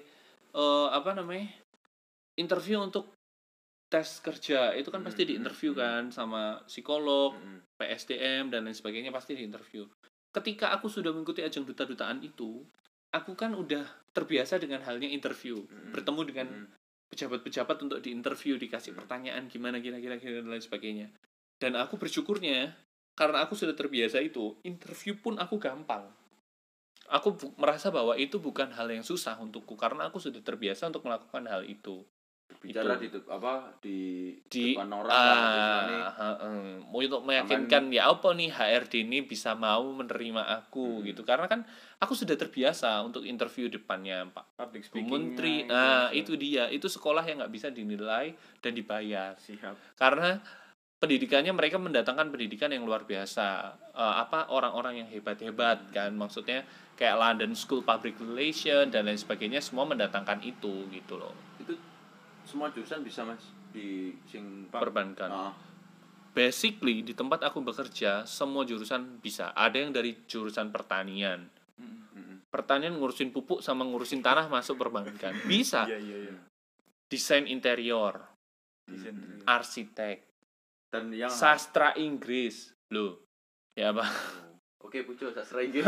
interview untuk tes kerja itu kan pasti diinterview kan sama psikolog, PSDM dan lain sebagainya, pasti diinterview. Ketika aku sudah mengikuti ajang duta-dutaan itu, aku kan udah terbiasa dengan halnya interview, bertemu dengan pejabat-pejabat untuk diinterview, dikasih pertanyaan gimana dan lain sebagainya. Dan aku bersyukurnya karena aku sudah terbiasa itu, interview pun aku gampang. Aku merasa bahwa itu bukan hal yang susah untukku karena aku sudah terbiasa untuk melakukan hal itu. Bicara di depan orang untuk meyakinkan ya apa nih HRD ini bisa mau menerima aku gitu, karena kan aku sudah terbiasa untuk interview depannya Pak Menteri. Itu dia, itu sekolah yang nggak bisa dinilai dan dibayar. Karena pendidikannya, mereka mendatangkan pendidikan yang luar biasa, orang-orang yang hebat-hebat kan, maksudnya kayak London School Public Relation dan lain sebagainya, semua mendatangkan itu gitu loh. Itu semua jurusan bisa Mas di perbankan. Basically di tempat aku bekerja semua jurusan bisa. Ada yang dari jurusan pertanian. Pertanian ngurusin pupuk sama ngurusin tanah masuk perbankan. Bisa. Desain interior. Arsitek. Dan yang sastra Inggris. Loh. Ya apa? Oke, pucuk sastra Inggris.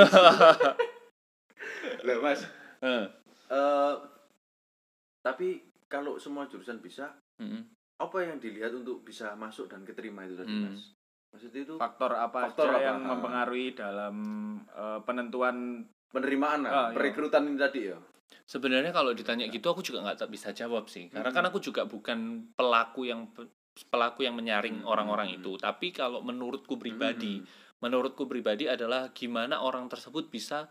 Loh, Mas. Tapi kalau semua jurusan bisa, apa yang dilihat untuk bisa masuk dan keterima itu tadi, Mas? Maksudnya itu faktor apa yang mempengaruhi dalam penentuan penerimaan perekrutan ini tadi ya? Sebenarnya kalau ditanya gitu aku juga nggak bisa jawab sih, karena kan aku juga bukan pelaku yang menyaring orang-orang itu. Tapi kalau menurutku pribadi adalah gimana orang tersebut bisa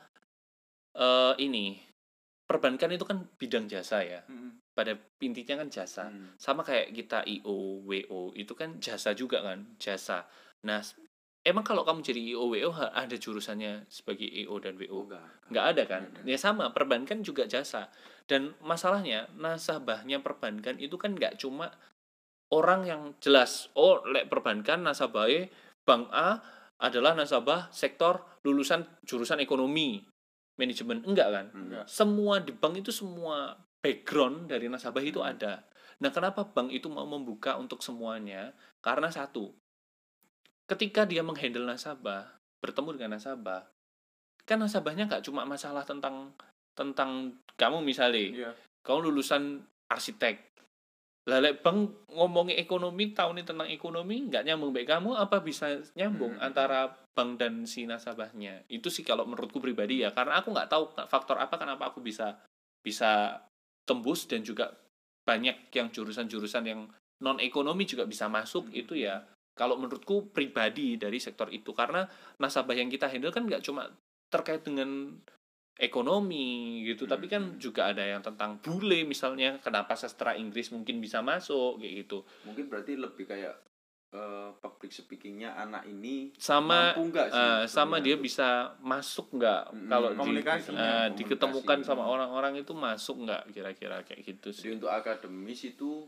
perbankan itu kan bidang jasa ya. Pada intinya kan jasa. Sama kayak kita IO, WO, itu kan jasa juga kan, jasa. Nah, emang kalau kamu jadi IO, WO ada jurusannya sebagai IO dan WO? Nggak ada kan? Ya sama, perbankan juga jasa. Dan masalahnya, nasabahnya perbankan itu kan nggak cuma orang yang jelas, lek perbankan nasabahnya Bank A adalah nasabah sektor lulusan jurusan ekonomi, manajemen, enggak kan? Semua di bank itu semua background dari nasabah itu ada. Nah, kenapa bank itu mau membuka untuk semuanya? Karena satu, ketika dia menghandle nasabah, bertemu dengan nasabah, kan nasabahnya nggak cuma masalah tentang kamu misalnya, kamu lulusan arsitek, lek bank ngomongi ekonomi, tahu nih tentang ekonomi, nggak nyambung baik kamu, apa bisa nyambung antara bank dan si nasabahnya? Itu sih kalau menurutku pribadi ya, karena aku nggak tahu faktor apa kenapa aku bisa tembus, dan juga banyak yang jurusan-jurusan yang non ekonomi juga bisa masuk. Itu ya kalau menurutku pribadi dari sektor itu, karena nasabah yang kita handle kan nggak cuma terkait dengan ekonomi gitu, tapi kan juga ada yang tentang bule misalnya, kenapa sastra Inggris mungkin bisa masuk kayak gitu. Mungkin berarti lebih kayak public speakingnya anak ini sama mampu nggak sih sama dia bisa masuk nggak kalau diketemukan sama orang-orang itu masuk nggak kira-kira kayak gitu sih. Jadi untuk akademis itu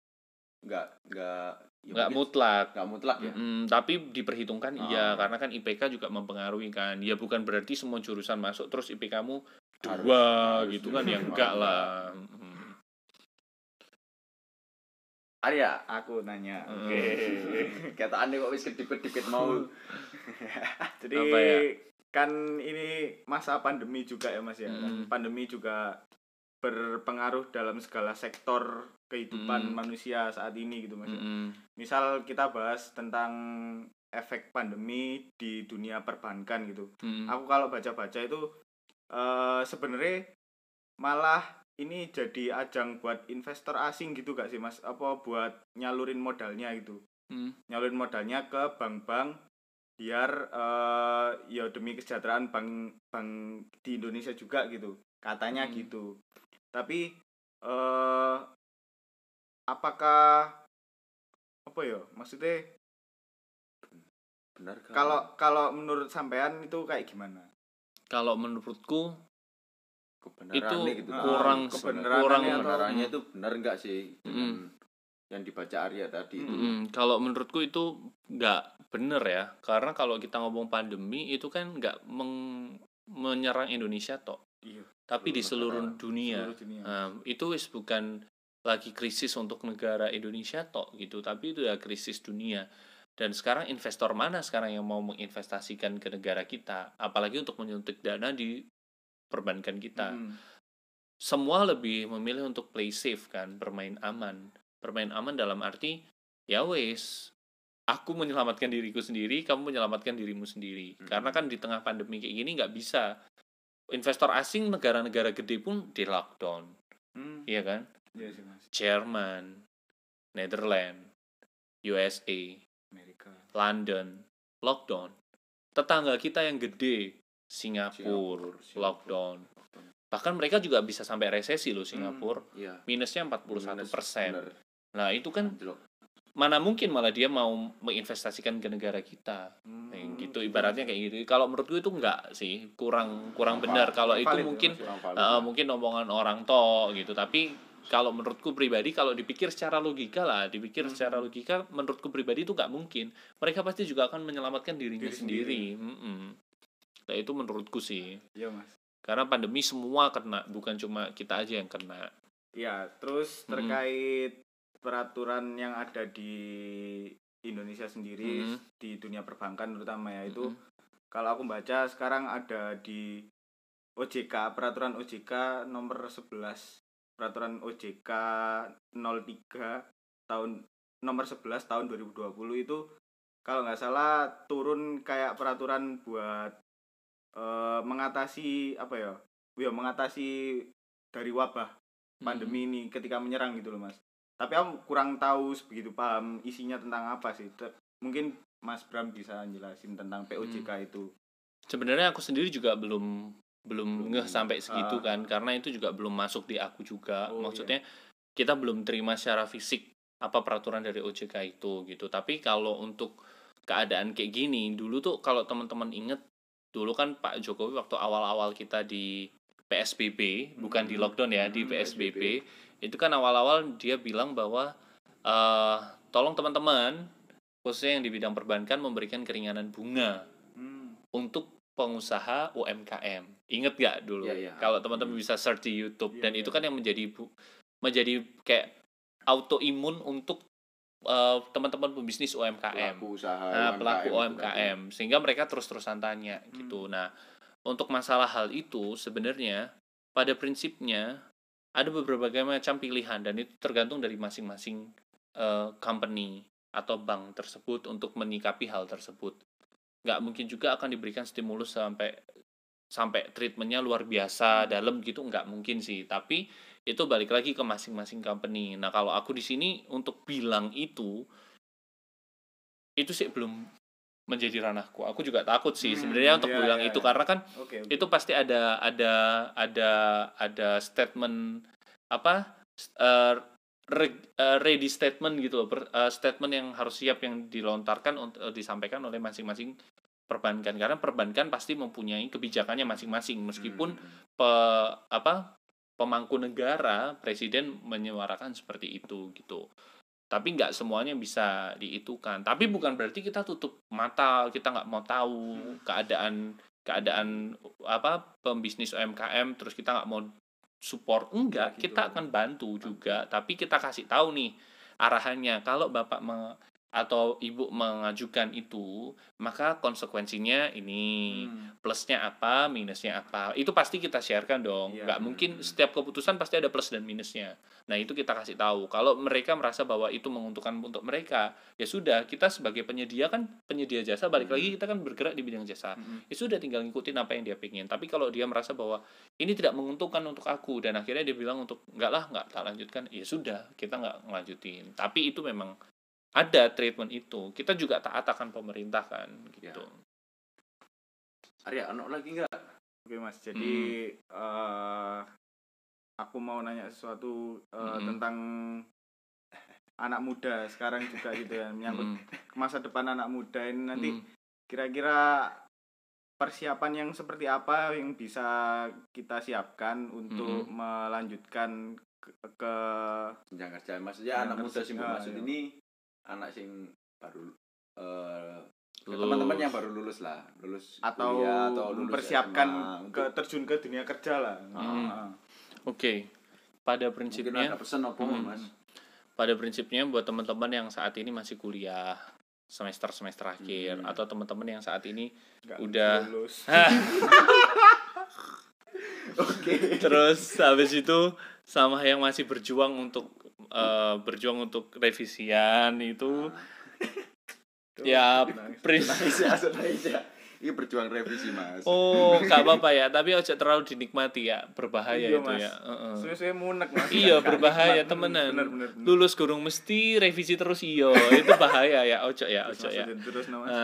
nggak mutlak ya. Tapi diperhitungkan iya, karena kan IPK juga mempengaruhi kan. Ya bukan berarti semua jurusan masuk terus IPK-mu 2 gitu kan, ya enggak lah. Arya, aku nanya. Oke. Ketaan kok wis kedip-kedip mau. Jadi kan ini masa pandemi juga ya Mas ya. Pandemi juga berpengaruh dalam segala sektor kehidupan manusia saat ini gitu Mas. Misal kita bahas tentang efek pandemi di dunia perbankan gitu. Aku kalau baca-baca itu sebenarnya malah ini jadi ajang buat investor asing gitu gak sih Mas? Apa buat nyalurin modalnya gitu. Nyalurin modalnya ke bank-bank biar ya demi kesejahteraan bank di Indonesia juga gitu. Katanya gitu. Tapi apakah apa ya? Maksudnya benar kan? Kalau menurut sampean itu kayak gimana? Kalau menurutku kebenarannya itu gitu. kebenarannya itu benar enggak sih dengan yang dibaca Arya tadi itu? Kalau menurutku itu nggak benar ya, karena kalau kita ngomong pandemi itu kan nggak menyerang Indonesia toh, tapi di seluruh dunia. Itu bukan lagi krisis untuk negara Indonesia toh gitu, tapi itu ya krisis dunia. Dan sekarang investor mana sekarang yang mau menginvestasikan ke negara kita, apalagi untuk menyuntik dana di perbankan kita. Semua lebih memilih untuk play safe kan, bermain aman dalam arti ya wes, aku menyelamatkan diriku sendiri, kamu menyelamatkan dirimu sendiri. Karena kan di tengah pandemi kayak gini nggak bisa investor asing, negara-negara gede pun di lockdown. Iya kan? Iya sih Mas. Jerman, Netherlands, USA, Amerika, London lockdown. Tetangga kita yang gede Singapura lockdown. Bahkan mereka juga bisa sampai resesi loh Singapura. Minusnya 41%. Nah, itu kan mana mungkin malah dia mau menginvestasikan ke negara kita. Gitu ibaratnya kayak gitu. Kalau menurutku itu enggak sih, kurang benar. Kalau itu mungkin omongan orang toh gitu. Tapi kalau menurutku pribadi, kalau dipikir secara logika, menurutku pribadi itu enggak mungkin. Mereka pasti juga akan menyelamatkan dirinya sendiri. Nah, itu menurutku sih. Iya Mas. Karena pandemi semua kena, bukan cuma kita aja yang kena. Iya, terus terkait peraturan yang ada di Indonesia sendiri di dunia perbankan terutama ya, itu kalau aku baca sekarang ada di OJK, peraturan OJK nomor 11, peraturan OJK 03 nomor 11 tahun 2020 itu kalau nggak salah turun kayak peraturan buat mengatasi mengatasi dari wabah pandemi ini ketika menyerang gitu loh Mas. Tapi aku kurang tahu sebegitu paham isinya tentang apa sih. Mungkin Mas Bram bisa jelasin tentang POJK itu. Sebenarnya aku sendiri juga belum ngeh sampai segitu kan, karena itu juga belum masuk di aku juga. Maksudnya kita belum terima secara fisik apa peraturan dari OJK itu gitu. Tapi kalau untuk keadaan kayak gini, dulu tuh kalau teman-teman inget, dulu kan Pak Jokowi waktu awal-awal kita di PSBB, bukan di lockdown ya, di PSBB, itu kan awal-awal dia bilang bahwa tolong teman-teman, khususnya yang di bidang perbankan, memberikan keringanan bunga untuk pengusaha UMKM. Ingat gak dulu? Kalau teman-teman bisa search di YouTube, dan itu kan yang menjadi kayak autoimun untuk teman-teman pebisnis UMKM, pelaku UMKM, sehingga mereka terus-terusan tanya gitu. Nah, untuk masalah hal itu sebenarnya pada prinsipnya ada berbagai macam pilihan, dan itu tergantung dari masing-masing company atau bank tersebut untuk menyikapi hal tersebut. Nggak mungkin juga akan diberikan stimulus sampai treatmentnya luar biasa dalam gitu, nggak mungkin sih. Tapi itu balik lagi ke masing-masing company. Nah, kalau aku di sini untuk bilang itu sih belum menjadi ranahku. Aku juga takut sih sebenarnya untuk bilang itu, karena kan itu pasti ada statement ready statement gitu loh, statement yang harus siap yang dilontarkan untuk disampaikan oleh masing-masing perbankan, karena perbankan pasti mempunyai kebijakannya masing-masing meskipun pemangku negara presiden menyuarakan seperti itu gitu. Tapi nggak semuanya bisa diitukan. Tapi bukan berarti kita tutup mata, kita nggak mau tahu keadaan pembisnis UMKM, terus kita nggak mau support. Enggak, kita akan bantu juga. Tapi kita kasih tahu nih arahannya. Kalau Bapak atau Ibu mengajukan itu, maka konsekuensinya ini, plusnya apa, minusnya apa. Itu pasti kita sharekan dong. Nggak mungkin setiap keputusan pasti ada plus dan minusnya. Nah, itu kita kasih tahu. Kalau mereka merasa bahwa itu menguntungkan untuk mereka, ya sudah, kita sebagai penyedia jasa, balik lagi kita kan bergerak di bidang jasa. Ya sudah, tinggal ngikutin apa yang dia pengen. Tapi kalau dia merasa bahwa ini tidak menguntungkan untuk aku, dan akhirnya dia bilang untuk nggak tak lanjutkan, ya sudah, kita nggak ngelanjutin. Tapi itu memang ada treatment itu. Kita juga taat akan pemerintah kan gitu. Arya, lagi nggak? Oke Mas, jadi aku mau nanya sesuatu tentang anak muda sekarang juga gitu ya, menyangkut masa depan anak muda ini nanti. Kira-kira persiapan yang seperti apa yang bisa kita siapkan untuk melanjutkan ke jenjang kerja? Maksudnya anak muda sih maksud ini anak sing baru teman-teman yang baru lulus atau kuliah, atau lulus mempersiapkan SMA, terjun ke dunia kerja lah. Oke. Pada prinsipnya ada pesan apa Mas? Pada prinsipnya buat teman-teman yang saat ini masih kuliah semester akhir, atau teman-teman yang saat ini udah lulus. Oke. Terus habis itu sama yang masih berjuang untuk revisian itu ya prinsip ini berjuang revisi Mas. Oh, gak apa-apa ya, tapi ojo terlalu dinikmati ya, berbahaya itu Mas. Ya. Suwe-suwe munek Mas. Iya, berbahaya temenan. Bener. Lulus gurung mesti revisi terus itu bahaya ya, ojo ya. Terus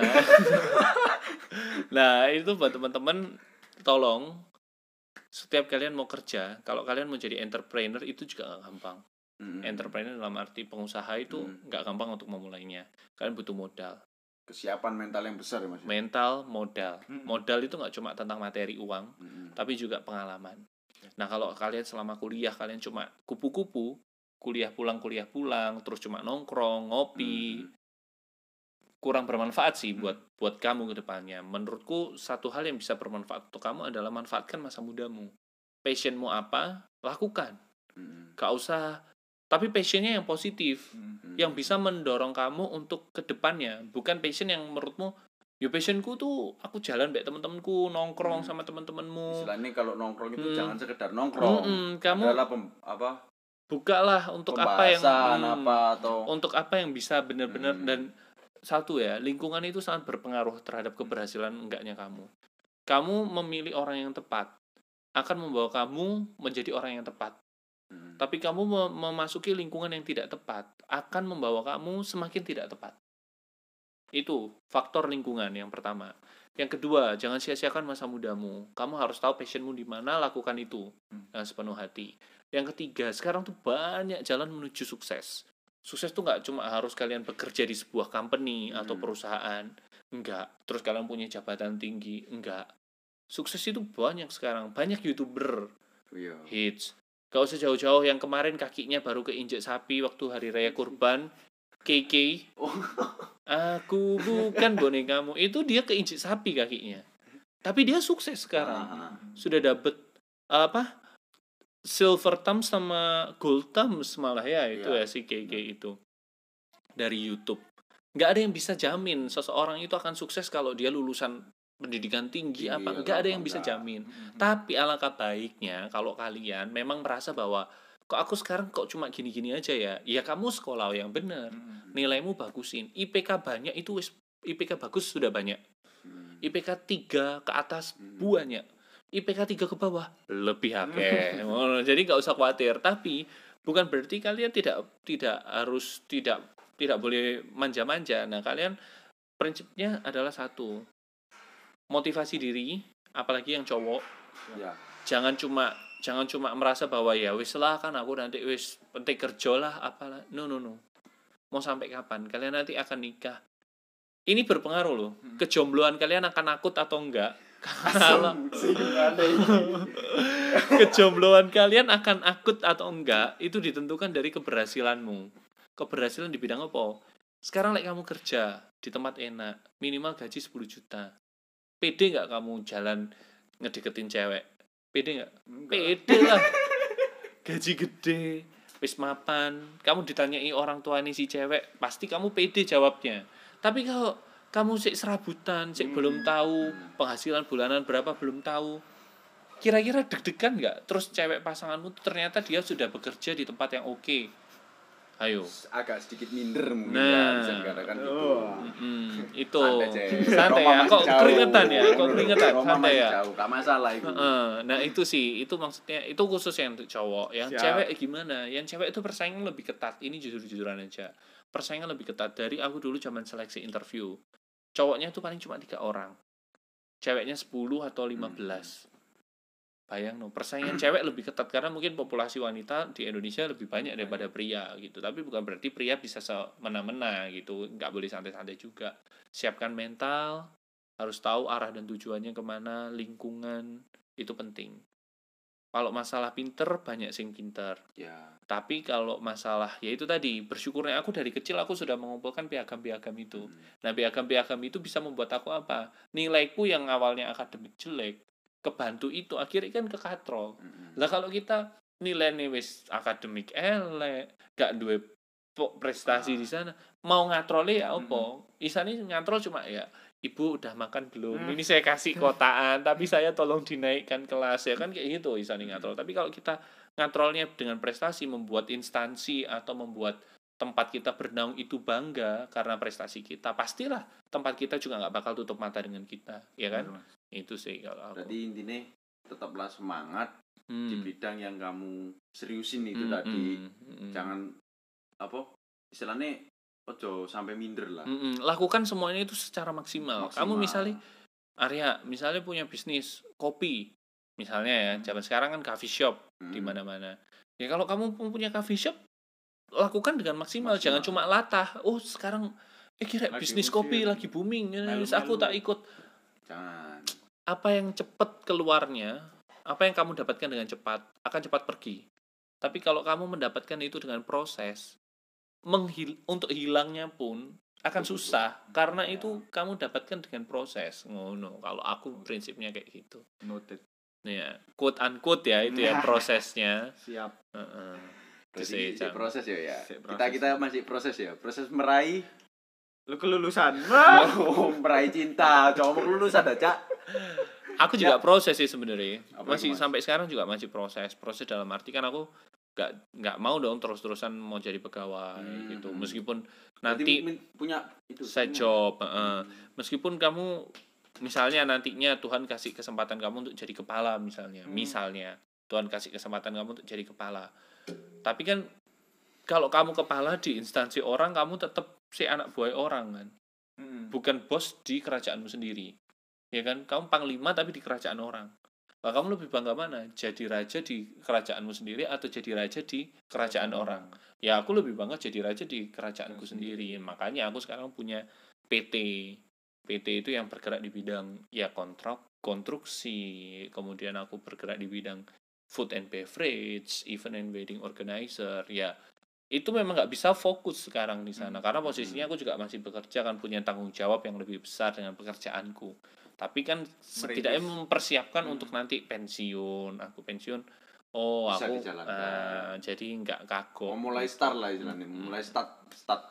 Nah, itu buat teman-teman, tolong setiap kalian mau kerja, kalau kalian mau jadi entrepreneur itu juga gak gampang. Entrepreneur dalam arti pengusaha itu gak gampang untuk memulainya. Kalian butuh modal. Kesiapan mental yang besar ya Mas. Mental, modal. Modal itu nggak cuma tentang materi uang, tapi juga pengalaman. Nah, kalau kalian selama kuliah kalian cuma kupu-kupu, kuliah pulang, terus cuma nongkrong, ngopi, kurang bermanfaat sih buat kamu ke depannya. Menurutku satu hal yang bisa bermanfaat untuk kamu adalah manfaatkan masa mudamu. Passionmu apa? Lakukan. Gak usah. Tapi passionnya yang positif, yang bisa mendorong kamu untuk ke depannya, bukan passion yang menurutmu, ya passionku tuh aku jalan baik teman-temanku, nongkrong sama teman-temanmu. Istilahnya kalau nongkrong itu jangan sekedar nongkrong. Kamu adalah bukalah untuk untuk apa yang bisa benar-benar. Dan satu ya, lingkungan itu sangat berpengaruh terhadap keberhasilan enggaknya kamu. Kamu memilih orang yang tepat akan membawa kamu menjadi orang yang tepat. Tapi kamu memasuki lingkungan yang tidak tepat akan membawa kamu semakin tidak tepat. Itu faktor lingkungan yang pertama. Yang kedua, jangan sia-siakan masa mudamu. Kamu harus tahu passionmu di mana, lakukan itu dengan sepenuh hati. Yang ketiga, sekarang tuh banyak jalan menuju sukses. Sukses tuh nggak cuma harus kalian bekerja di sebuah company atau perusahaan. Enggak. Terus kalian punya jabatan tinggi. Enggak. Sukses itu banyak sekarang. Banyak YouTuber hits. Gak usah jauh-jauh, yang kemarin kakinya baru keinjek sapi waktu hari raya kurban, KK. Aku bukan bonekamu. Itu dia keinjek sapi kakinya. Tapi dia sukses sekarang. Sudah dapet silver thumbs sama gold thumbs malah ya itu ya si KK itu dari YouTube. Gak ada yang bisa jamin seseorang itu akan sukses kalau dia lulusan pendidikan tinggi apa, nggak ada yang bisa jamin. Tapi alangkah baiknya kalau kalian memang merasa bahwa kok aku sekarang kok cuma gini-gini aja ya kamu sekolah yang benar, nilaimu bagusin, IPK banyak itu IPK bagus sudah banyak, IPK 3 ke atas banyak, IPK 3 ke bawah lebih akeh. Jadi nggak usah khawatir. Tapi bukan berarti kalian tidak boleh manja-manja. Nah, kalian prinsipnya adalah satu, motivasi diri, apalagi yang cowok. Jangan cuma Jangan cuma merasa bahwa ya wis lah kan aku nanti wis penting kerja lah apalah. No. Mau sampai kapan? Kalian nanti akan nikah. Ini berpengaruh loh. Kejombloan kalian akan akut atau enggak? Kalau kejombloan kalian akan akut atau enggak itu ditentukan dari keberhasilanmu. Keberhasilan di bidang apa? Sekarang kamu kerja di tempat enak, minimal gaji 10 juta. Pede enggak kamu jalan ngedeketin cewek? Pede enggak? Pede lah. Gaji gede, wis mapan. Kamu ditanyai orang tua nih si cewek, pasti kamu pede jawabnya. Tapi kalau kamu sik serabutan, sik belum tahu penghasilan bulanan berapa belum tahu, kira-kira deg-degan nggak? Terus cewek pasanganmu ternyata dia sudah bekerja di tempat yang oke. Ayo. Agak sedikit minder mungkin ya, bisa dikatakan gitu. Itu santai ya. Kok keringetan ya? Santai ya. Jauh, gak masalah itu. Nah itu sih, itu maksudnya itu khusus yang untuk cowok. Yang cewek gimana? Yang cewek itu persaingan lebih ketat. Ini jujur-jujuran aja. Persaingan lebih ketat dari aku dulu zaman seleksi interview. Cowoknya itu paling cuma 3 orang. Ceweknya 10 atau 15. Bayang no, persaingan cewek lebih ketat karena mungkin populasi wanita di Indonesia lebih banyak daripada pria gitu. Tapi bukan berarti pria bisa semena-mena gitu. Nggak boleh santai-santai juga. Siapkan mental, harus tahu arah dan tujuannya kemana, lingkungan, itu penting. Kalau masalah pinter, banyak sing pinter. Ya. Tapi kalau masalah, ya itu tadi, bersyukurnya aku dari kecil aku sudah mengumpulkan piagam-piagam itu. Nah, piagam-piagam itu bisa membuat aku apa? Nilaiku yang awalnya akademik jelek, kebantu itu, akhirnya kan kekatrol. Lah kalau kita nilainya wis akademik elek, gak duwe prestasi di sana, mau ngatrolnya ya apa? Isane ngatrol cuma ya, ibu udah makan belum? Ini saya kasih kotaan, tapi saya tolong dinaikkan kelas ya kan kayak gitu isane ngatrol. Tapi kalau kita ngatrolnya dengan prestasi, membuat instansi atau membuat tempat kita bernaung itu bangga karena prestasi kita, pastilah tempat kita juga nggak bakal tutup mata dengan kita, ya kan? Itu sih kalau aku. Berarti intinya tetaplah semangat di bidang yang kamu seriusin itu tadi. Jangan apa istilahnya ojo sampai minder lah. Lakukan semuanya itu secara maksimal. Kamu misalnya misalnya punya bisnis kopi, misalnya ya, zaman sekarang kan coffee shop di mana-mana. Ya kalau kamu punya coffee shop, lakukan dengan maksimal. Jangan cuma latah. Oh sekarang kira bisnis kopi lagi booming, aku tak ikut. Jangan. Apa yang cepat keluarnya, apa yang kamu dapatkan dengan cepat akan cepat pergi. Tapi kalau kamu mendapatkan itu dengan proses, untuk hilangnya pun akan susah karena itu kamu dapatkan dengan proses. Ngono. Kalau aku prinsipnya kayak gitu. Noted. Ya, quote unquote ya itu ya prosesnya. Siap. Berarti proses ya. Kita masih proses ya. Proses meraih lu kelulusan. Meraih cinta. Cowok kelulusan aja. Aku juga proses sih sebenarnya. Masih sampai sekarang juga masih proses. Proses dalam arti kan aku nggak mau dong terus-terusan mau jadi pegawai gitu. Meskipun nanti punya itu side job, meskipun kamu misalnya nantinya Tuhan kasih kesempatan kamu untuk jadi kepala misalnya. Misalnya Tuhan kasih kesempatan kamu untuk jadi kepala. Tapi kan kalau kamu kepala di instansi orang, kamu tetap si anak buah orang kan. Bukan bos di kerajaanmu sendiri. Ya kan, kamu panglima tapi di kerajaan orang. Nah, kamu lebih bangga mana? Jadi raja di kerajaanmu sendiri atau jadi raja di kerajaan orang? Ya aku lebih bangga jadi raja di kerajaanku sendiri. Makanya aku sekarang punya PT. PT itu yang bergerak di bidang ya konstruksi. Kemudian aku bergerak di bidang food and beverage, event and wedding organizer. Ya itu memang nggak bisa fokus sekarang di sana karena posisinya aku juga masih bekerja kan, punya tanggung jawab yang lebih besar dengan pekerjaanku. Tapi kan setidaknya mempersiapkan untuk nanti pensiun. Aku pensiun, bisa aku jadi nggak kagok. Mulai start lah istilahnya, mulai start.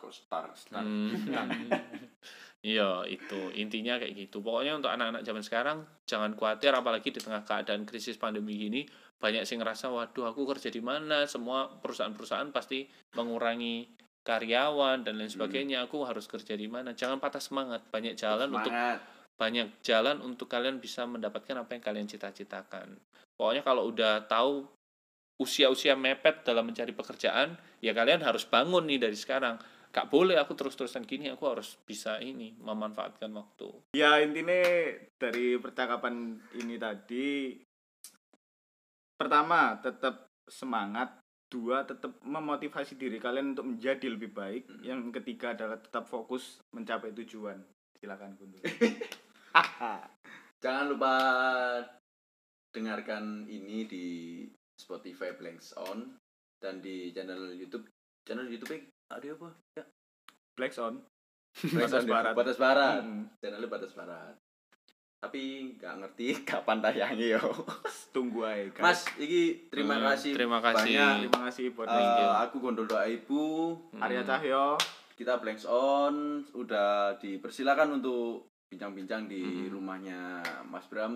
Iya itu intinya kayak gitu. Pokoknya untuk anak-anak zaman sekarang jangan khawatir, apalagi di tengah keadaan krisis pandemi gini. Banyak sih ngerasa waduh aku kerja di mana, semua perusahaan-perusahaan pasti mengurangi karyawan dan lain sebagainya. Aku harus kerja di mana? Jangan patah semangat. Banyak jalan untuk kalian bisa mendapatkan apa yang kalian cita-citakan. Pokoknya kalau udah tahu usia-usia mepet dalam mencari pekerjaan, ya kalian harus bangun nih dari sekarang. Gak boleh aku terus-terusan gini, aku harus bisa memanfaatkan waktu. Ya intinya dari percakapan ini tadi, pertama tetap semangat, 2 tetap memotivasi diri kalian untuk menjadi lebih baik, yang ketiga adalah tetap fokus mencapai tujuan. Silakan Gundul. Jangan lupa dengarkan ini di Spotify Blanks On dan di channel YouTube ada apa ya? Blanks On. Batas Barat. Batas Barat. Channelnya Batas Barat. Tapi nggak ngerti kapan tayangnya yo. Tunggu aja. Mas, iki terima kasih. Terima kasih. Banyak. Terima kasih buat aku Gondol Doa Ibu, Arya Cahyo. Kita Blanks On udah dipersilakan untuk bincang-bincang di rumahnya Mas Bram.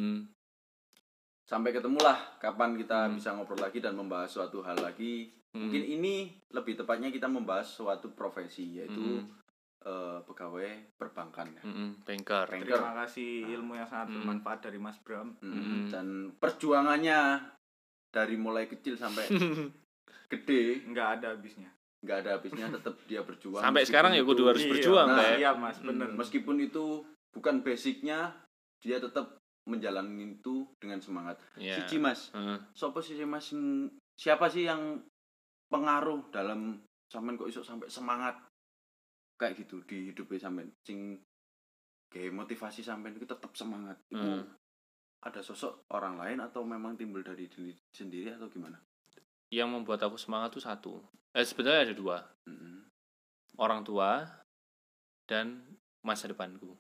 Sampai ketemulah kapan kita bisa ngobrol lagi dan membahas suatu hal lagi. Mungkin ini lebih tepatnya kita membahas suatu profesi, yaitu pegawai perbankan. Banker. Terima kasih ilmu yang sangat bermanfaat dari Mas Bram. Dan perjuangannya dari mulai kecil sampai gede nggak ada habisnya. Tetap dia berjuang. Sampai sekarang ya kudu harus berjuang, Iya Mas, bener. Meskipun itu bukan basicnya, dia tetap menjalani itu dengan semangat. Siji Mas, siapa sih yang pengaruh dalam sampean kok iso sampai semangat kayak gitu di hidupnya sampean, sing kayak motivasi sampean itu tetap semangat. Itu ada sosok orang lain atau memang timbul dari diri sendiri atau gimana? Yang membuat aku semangat tuh satu. Sebenarnya ada 2. Orang tua dan masa depanku.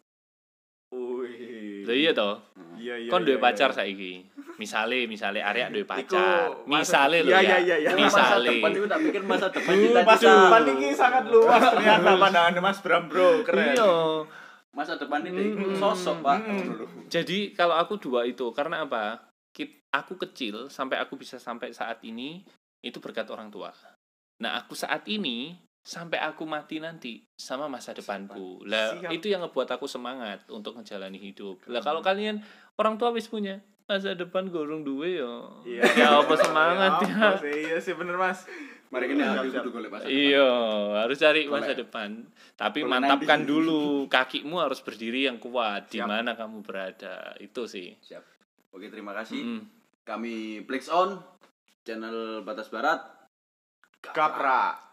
Wih. Lha iya toh? Iya. Kon duwe pacar saiki. Misale Arya duwe pacar. Misale lho ya. Misale. Masa depan itu tak pikir masa depan kita. Masa depan ini sangat luas ternyata pandangan Mas Bram, Bro. Keren. Iya. Masa depan ini sosok, Pak. Jadi kalau aku 2 itu karena apa? Aku kecil sampai aku bisa sampai saat ini itu berkat orang tua. Nah, aku saat ini sampai aku mati nanti sama masa depanku. Lah, itu yang ngebuat aku semangat untuk menjalani hidup. Lah, kalau kalian orang tua wis punya masa depan gorong duwe yo. Ya apa semangat ya. Iya sih bener Mas. Mari ini aku kudu golek masa depan. Iya, harus cari masa depan. Tapi mantapkan dulu, kakimu harus berdiri yang kuat di mana kamu berada. Itu sih. Siap. Oke, terima kasih. Kami Blanks On, channel Batas Barat. Kapra.